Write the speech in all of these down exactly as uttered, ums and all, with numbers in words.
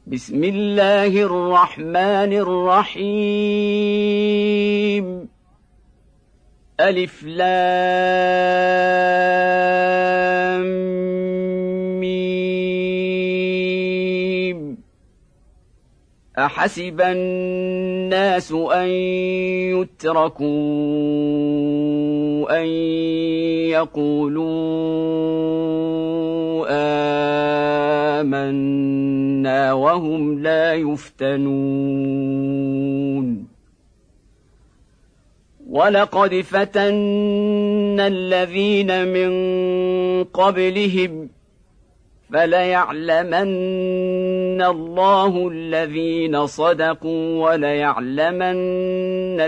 بسم الله الرحمن الرحيم ألف لام ميم أحسب الناس أن يتركوا أن يقولوا آمنا وهم لا يفتنون ولقد فتنا الذين من قبلهم فليعلمن الله الذين صدقوا وليعلمن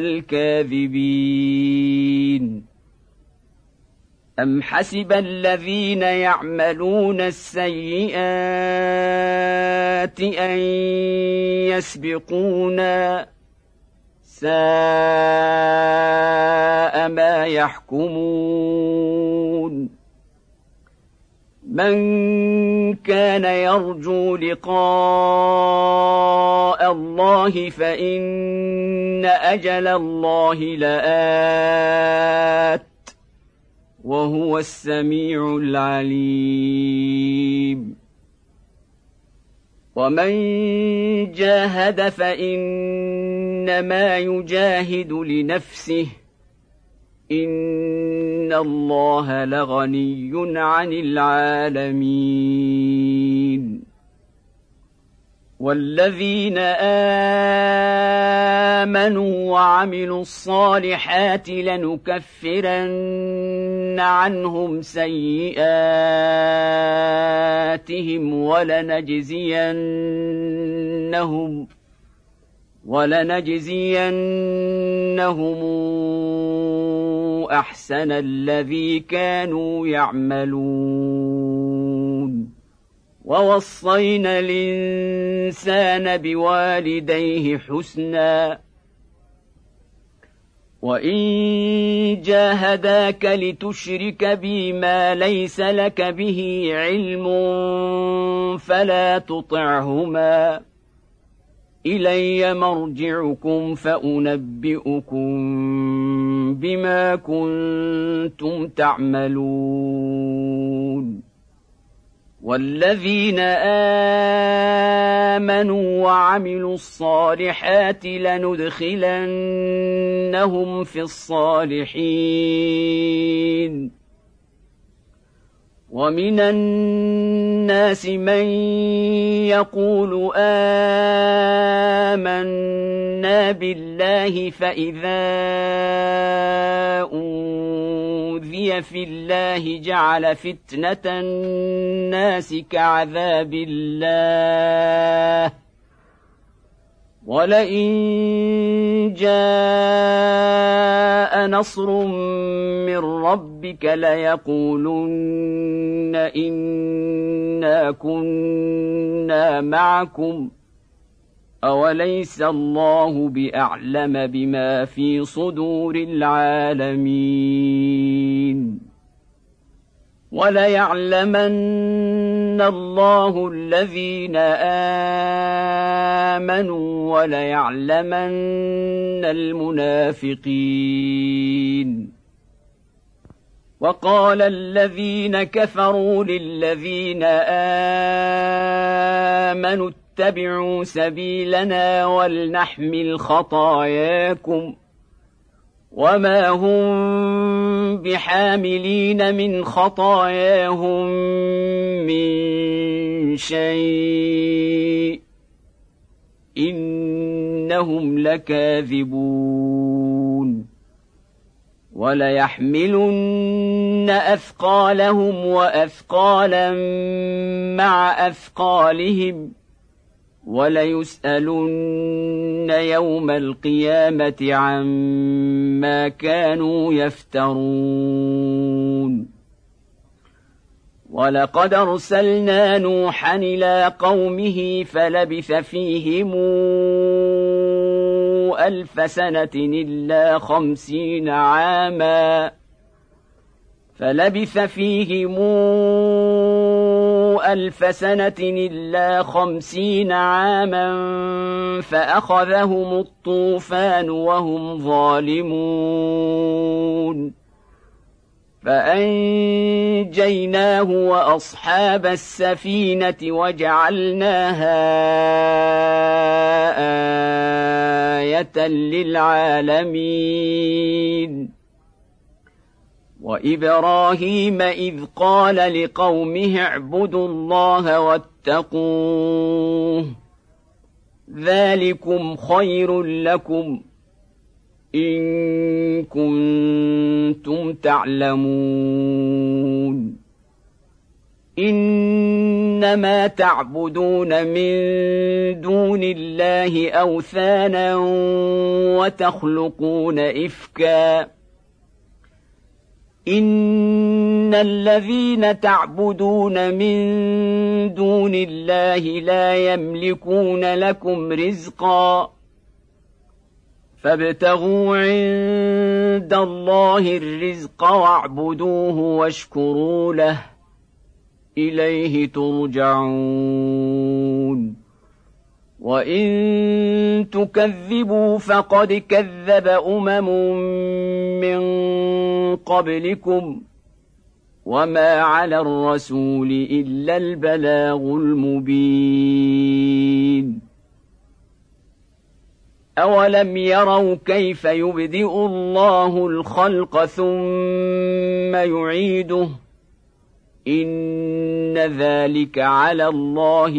الكاذبين أم حسب الذين يعملون السيئات أن يسبقونا ساء ما يحكمون من كان يرجو لقاء الله فإن أجل الله لآت وهو السميع العليم ومن جاهد فإنما يجاهد لنفسه إن الله لغني عن العالمين والذين آمنوا وعملوا الصالحات لنكفرن عنهم سيئاتهم ولنجزينهم ولنجزينهم أحسن الذي كانوا يعملون ووصينا الإنسان بوالديه حسنا وإن جاهداك لتشرك بي ما ليس لك به علم فلا تطعهما إلي مرجعكم فأنبئكم بما كنتم تعملون والذين آمنوا وعملوا الصالحات لندخلنهم في الصالحين ومن الناس من يقول آمنا بالله فإذا أوذي في الله جعل فتنة الناس كعذاب الله ولئن جاء نصر من ربك ليقولن إنا كنا معكم أوليس الله بأعلم بما في صدور العالمين وليعلمن الله الذين آمنوا وليعلمن المنافقين وقال الذين كفروا للذين آمنوا اتبعوا سبيلنا ولنحمل خطاياكم وما هم بحاملين من خطاياهم من شيء إنهم لكاذبون وليحملن أثقالهم وأثقالا مع أثقالهم وليسألن يوم القيامة عما كانوا يفترون ولقد أرسلنا نوحا إلى قومه فلبث فيهم ألف سنة إلا خمسين عاما فلبث فيهم ألف سنة إلا خمسين عاما فأخذهم الطوفان وهم ظالمون فأنجيناه وأصحاب السفينة وجعلناها آية للعالمين وإبراهيم إذ قال لقومه اعبدوا الله واتقوه ذلكم خير لكم إن كنتم تعلمون إنما تعبدون من دون الله أوثانا وتخلقون إفكا إن الذين تعبدون من دون الله لا يملكون لكم رزقا فابتغوا عند الله الرزق واعبدوه واشكروا له إليه ترجعون وإن تكذبوا فقد كذب أمم من قبلكم وما على الرسول إلا البلاغ المبين أولم يروا كيف يبدئ الله الخلق ثم يعيده إن ذلك على الله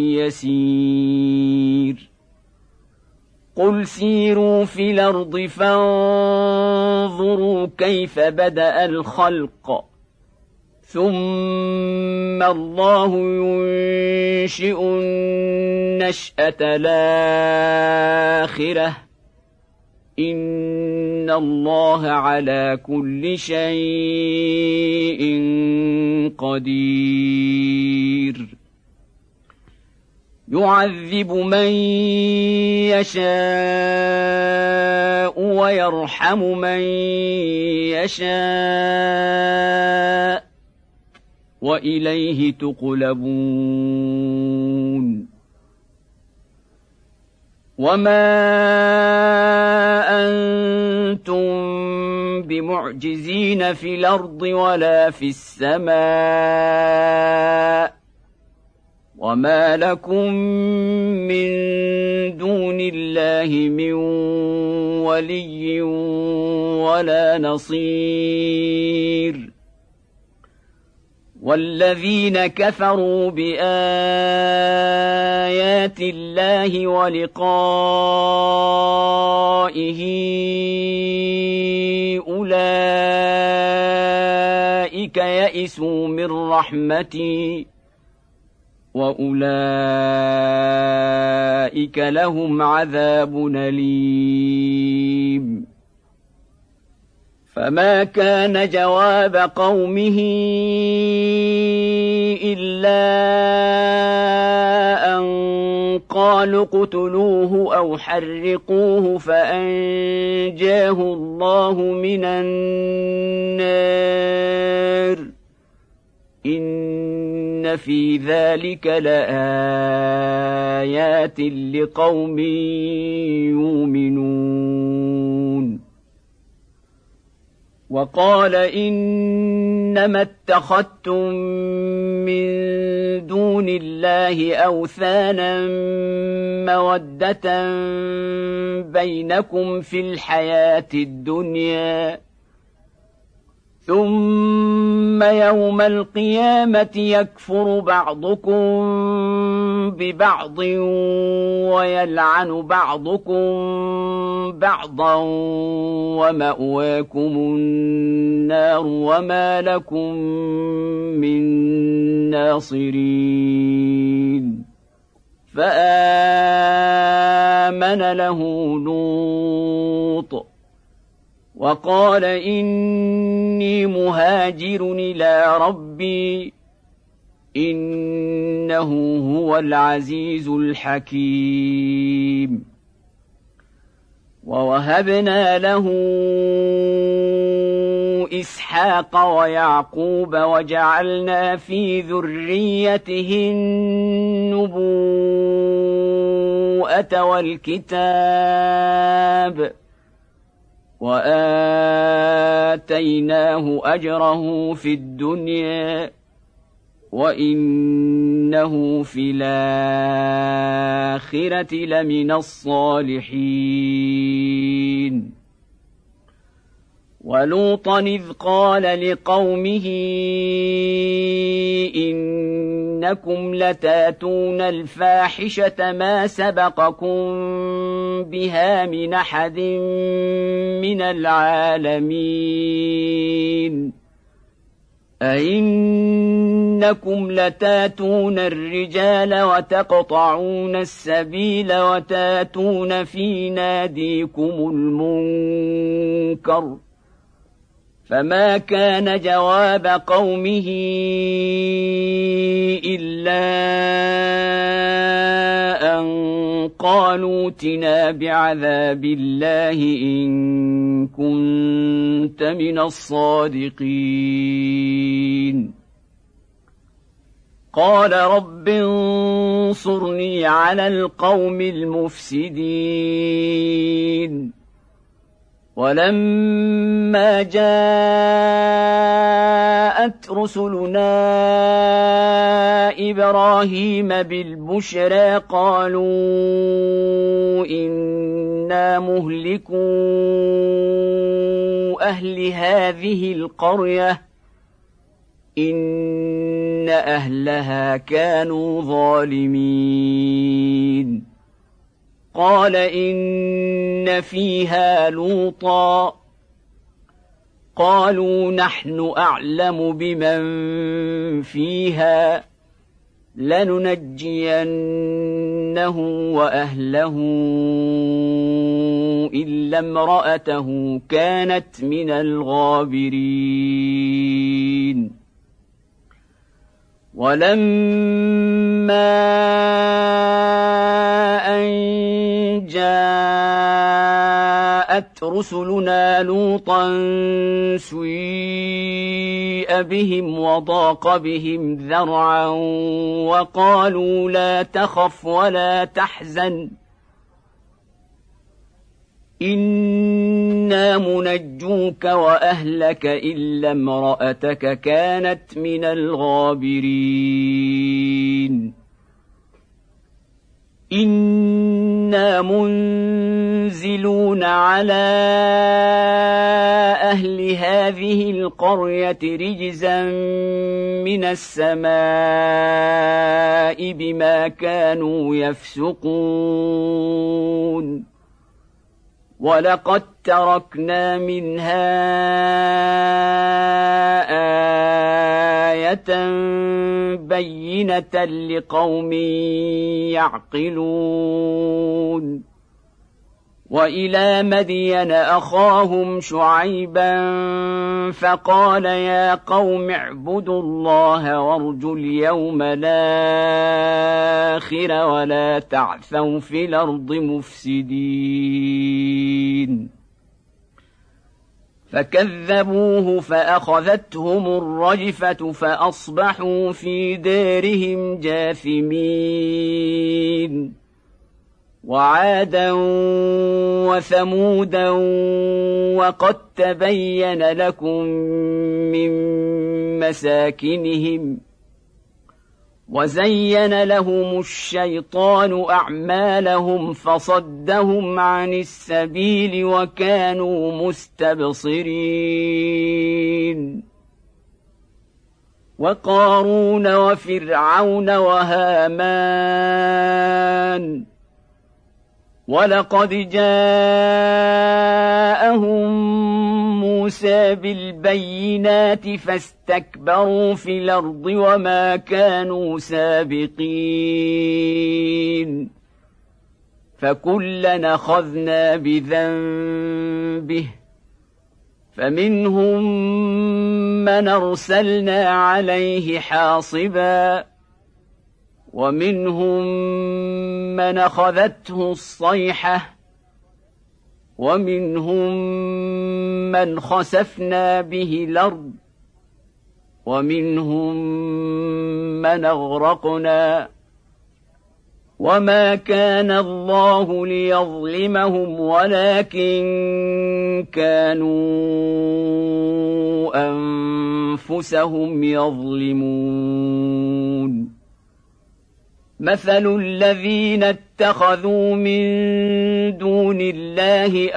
يسير قل سيروا في الأرض فانظروا كيف بدأ الخلق ثم الله ينشئ النشأة الآخرة إن الله على كل شيء قدير يعذب من يشاء ويرحم من يشاء وإليه تقلبون وما أنتم بمعجزين في الأرض ولا في السماء وما لكم من دون الله من ولي ولا نصير والذين كفروا بآيات الله ولقائه أولئك يئسوا من رحمتي وأولئك لهم عذاب أليم فما كان جواب قومه إلا أن قالوا اقتلوه أو حرقوه فأنجاه الله من النار إن في ذلك لآيات لقوم يؤمنون وقال إنما اتخذتم من دون الله أوثانا مودة بينكم في الحياة الدنيا ثم يوم القيامة يكفر بعضكم ببعض ويلعن بعضكم بعضا ومأواكم النار وما لكم من ناصرين فآمن له لوط وقال إني مهاجر إلى ربي إنه هو العزيز الحكيم ووهبنا له إسحاق ويعقوب وجعلنا في ذريته النبوءة والكتاب وآتيناه أجره في الدنيا وإنه في الآخرة لمن الصالحين. ولوطا إذ قال لقومه إنكم لتاتون الفاحشة ما سبقكم بها من أحد من العالمين أئنكم لتاتون الرجال وتقطعون السبيل وتاتون في ناديكم المنكر فما كان جواب قومه إلا أن قالوا ائتنا بعذاب الله إن كنت من الصادقين. قال رب انصرني على القوم المفسدين. ولما جاءت رسلنا إبراهيم بالبشرى قالوا إنا مهلكو أهل هذه القرية إن أهلها كانوا ظالمين. قال إن فيها لوطا قالوا نحن أعلم بمن فيها لننجينه وأهله إلا امرأته كانت من الغابرين. ولما أن جاءت رسلنا لوطا سيء بهم وضاق بهم ذرعا وقالوا لا تخف ولا تحزن إنا منجوك وأهلك إلا امرأتك كانت من الغابرين. إنا منزلون على أهل هذه القرية رجزا من السماء بما كانوا يفسقون. ولقد تركنا منها آية بينة لقوم يعقلون. وإلى مدين أخاهم شعيبا فقال يا قوم اعبدوا الله وارجوا اليوم الآخر ولا تعثوا في الأرض مفسدين. فكذبوه فأخذتهم الرجفة فأصبحوا في دارهم جاثمين. وعادا وثمودا وقد تبين لكم من مساكنهم وزين لهم الشيطان أعمالهم فصدهم عن السبيل وكانوا مستبصرين. وقارون وفرعون وهامان ولقد جاءهم موسى بالبينات فاستكبروا في الأرض وما كانوا سابقين. فكلا أخذنا بذنبه فمنهم من أرسلنا عليه حاصبا ومنهم من أخذته الصيحة ومنهم من خسفنا به الأرض ومنهم من أغرقنا وما كان الله ليظلمهم ولكن كانوا أنفسهم يظلمون مثل الذين اتخذوا من دون الله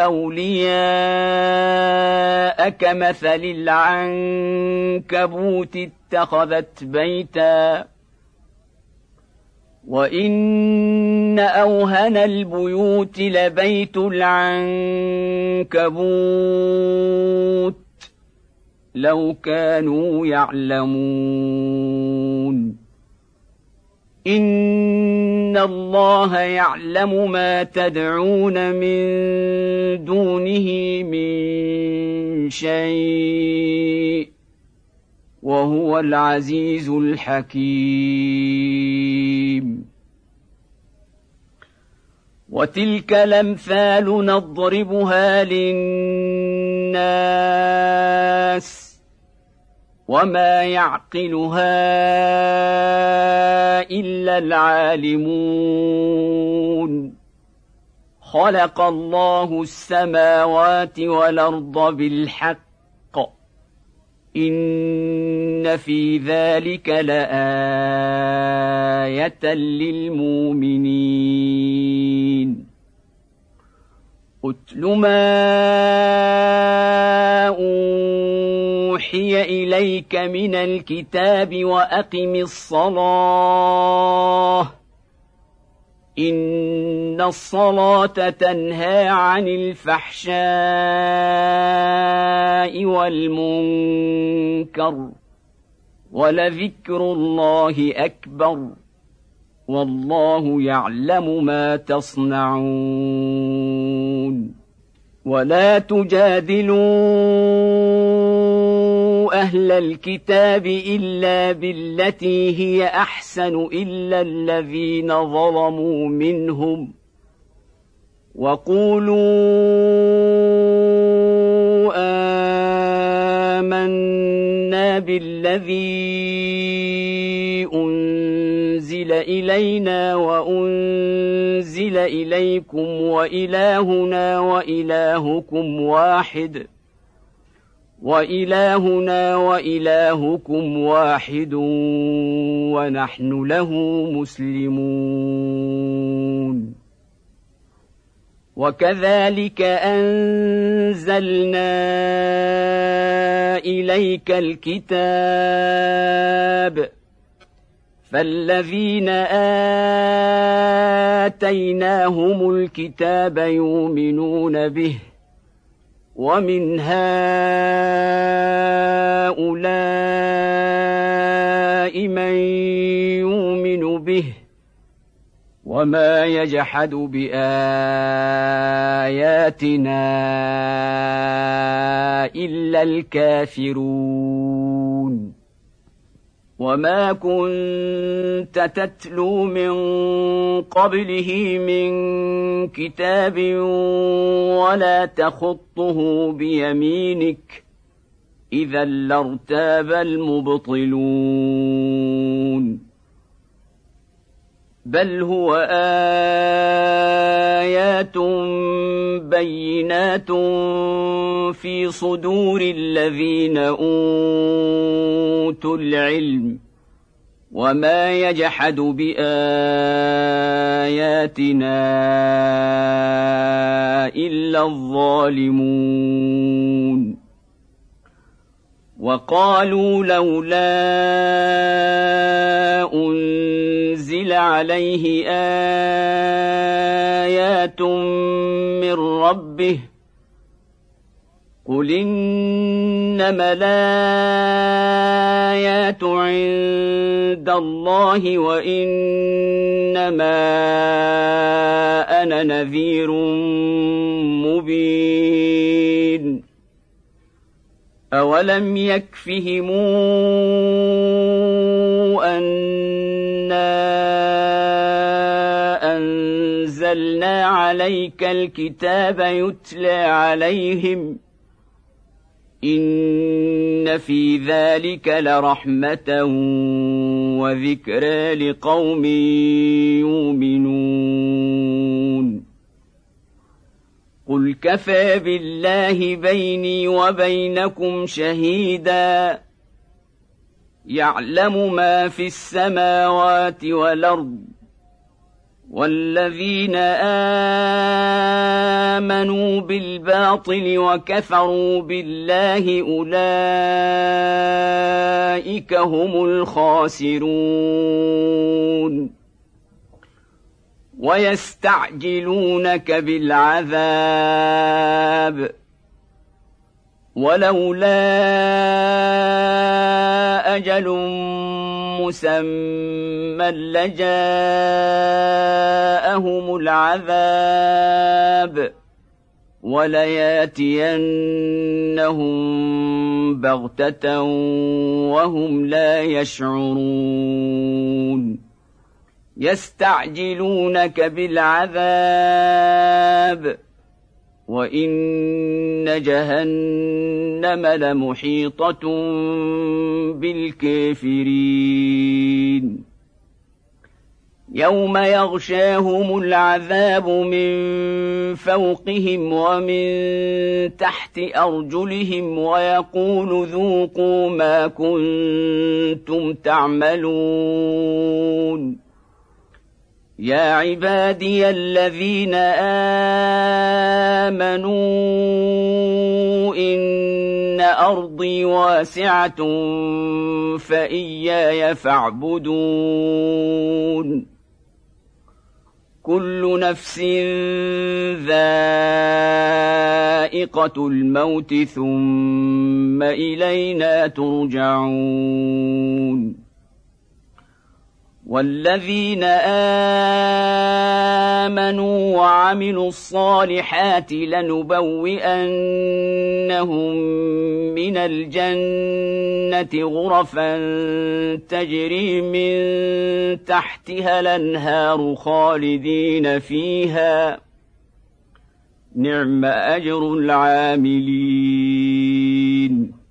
أولياء كمثل العنكبوت اتخذت بيتا وإن أوهن البيوت لبيت العنكبوت لو كانوا يعلمون إن الله يعلم ما تدعون من دونه من شيء وهو العزيز الحكيم وتلك الأمثال نضربها للناس وما يعقلها إلا العالمون خلق الله السماوات والأرض بالحق إن في ذلك لآية للمؤمنين أتل ما أوحي إليك من الكتاب وأقم الصلاة إن الصلاة تنهى عن الفحشاء والمنكر ولذكر الله أكبر والله يعلم ما تصنعون ولا تجادلوا أهل الكتاب إلا بالتي هي أحسن إلا الذين ظلموا منهم وقولوا آمنا بالذي أنزل إلينا وأنزل إليكم وإلهنا وإلهكم واحد وإلهنا وإلهكم واحد ونحن له مسلمون وكذلك أنزلنا إليك الكتاب فالذين آتيناهم الكتاب يؤمنون به ومن هؤلاء من يؤمن به وما يجحد بآياتنا إلا الكافرون وما كنت تتلو من قبله من كتاب ولا تخطه بيمينك إذا لارتاب المبطلون بل هو آيات بينات في صدور الذين أوتوا العلم وما يجحد بآياتنا إلا الظالمون وقالوا لولا أنزل عليه آيات من ربه قل إنما الآيات عند الله وإنما أنا نذير مبين أولم يكفهم أنا أنزلنا أنزلنا عليك الكتاب يتلى عليهم إن في ذلك لرحمة وذكرى لقوم يؤمنون قل كفى بالله بيني وبينكم شهيدا يعلم ما في السماوات والأرض والذين آمنوا بالباطل وكفروا بالله أولئك هم الخاسرون ويستعجلونك بالعذاب ولولا أجل مسمى لجاءهم العذاب ولياتينهم بغتة وهم لا يشعرون يستعجلونك بالعذاب وإن جهنم لمحيطة بالكافرين يوم يغشاهم العذاب من فوقهم ومن تحت أرجلهم ويقول ذوقوا ما كنتم تعملون يا عبادي الذين آمنوا إن أرضي واسعة فإياي فاعبدون كل نفس ذائقة الموت ثم إلينا ترجعون والذين آمنوا وعملوا الصالحات لنبوئنهم من الجنة غرفا تجري من تحتها الأنهار خالدين فيها نعم أجر العاملين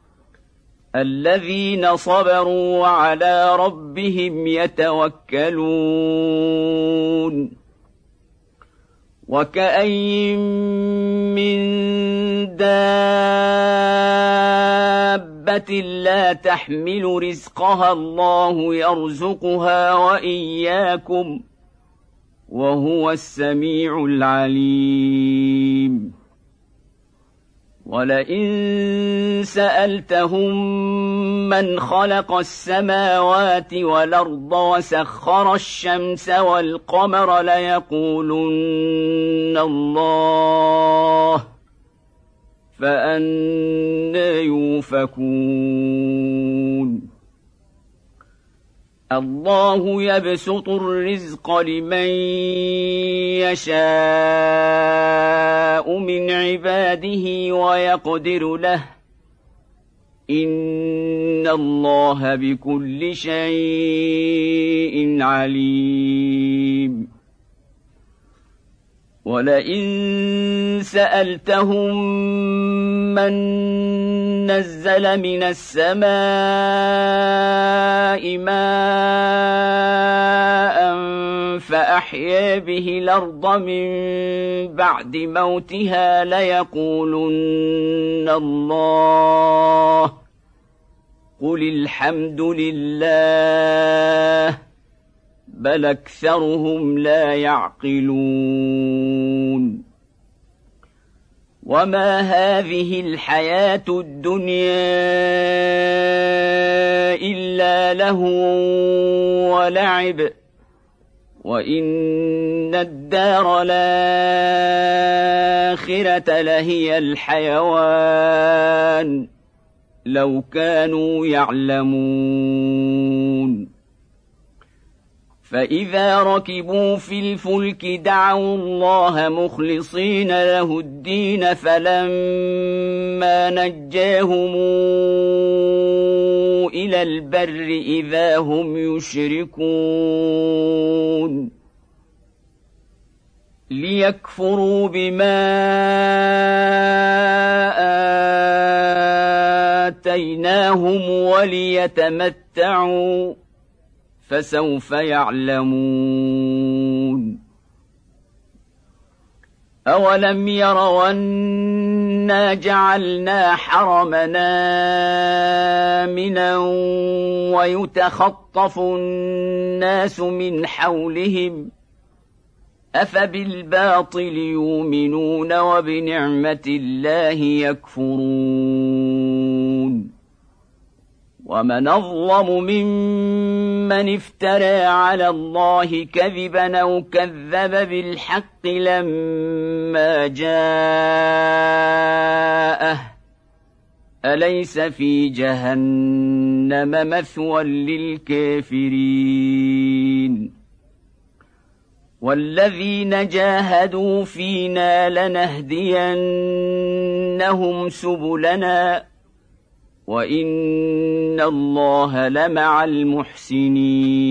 الذين صبروا وعلى ربهم يتوكلون وكأين من دابة لا تحمل رزقها الله يرزقها وإياكم وهو السميع العليم ولئن سألتهم من خلق السماوات والأرض وسخر الشمس والقمر ليقولن الله فأنى يؤفكون الله يبسط الرزق لمن يشاء من عباده ويقدر له إن الله بكل شيء عليم ولئن سألتهم من نزل من السماء ماء فأحيا به الأرض من بعد موتها ليقولن الله قل الحمد لله بل أكثرهم لا يعقلون وما هذه الحياة الدنيا إلا لهو ولعب وإن الدار الآخرة لهي الحيوان لو كانوا يعلمون فإذا ركبوا في الفلك دعوا الله مخلصين له الدين فلما نجاهم إلى البر إذا هم يشركون ليكفروا بما آتيناهم وليتمتعوا فسوف يعلمون أولم يروا أنا جعلنا حرمنا آمنا ويتخطف الناس من حولهم أفبالباطل يؤمنون وبنعمة الله يكفرون ومن أظلم ممن افترى على الله كذبا أو كذب بالحق لما جاءه أليس في جهنم مثوى للكافرين والذين جاهدوا فينا لنهدينهم سبلنا وإن الله لمع المحسنين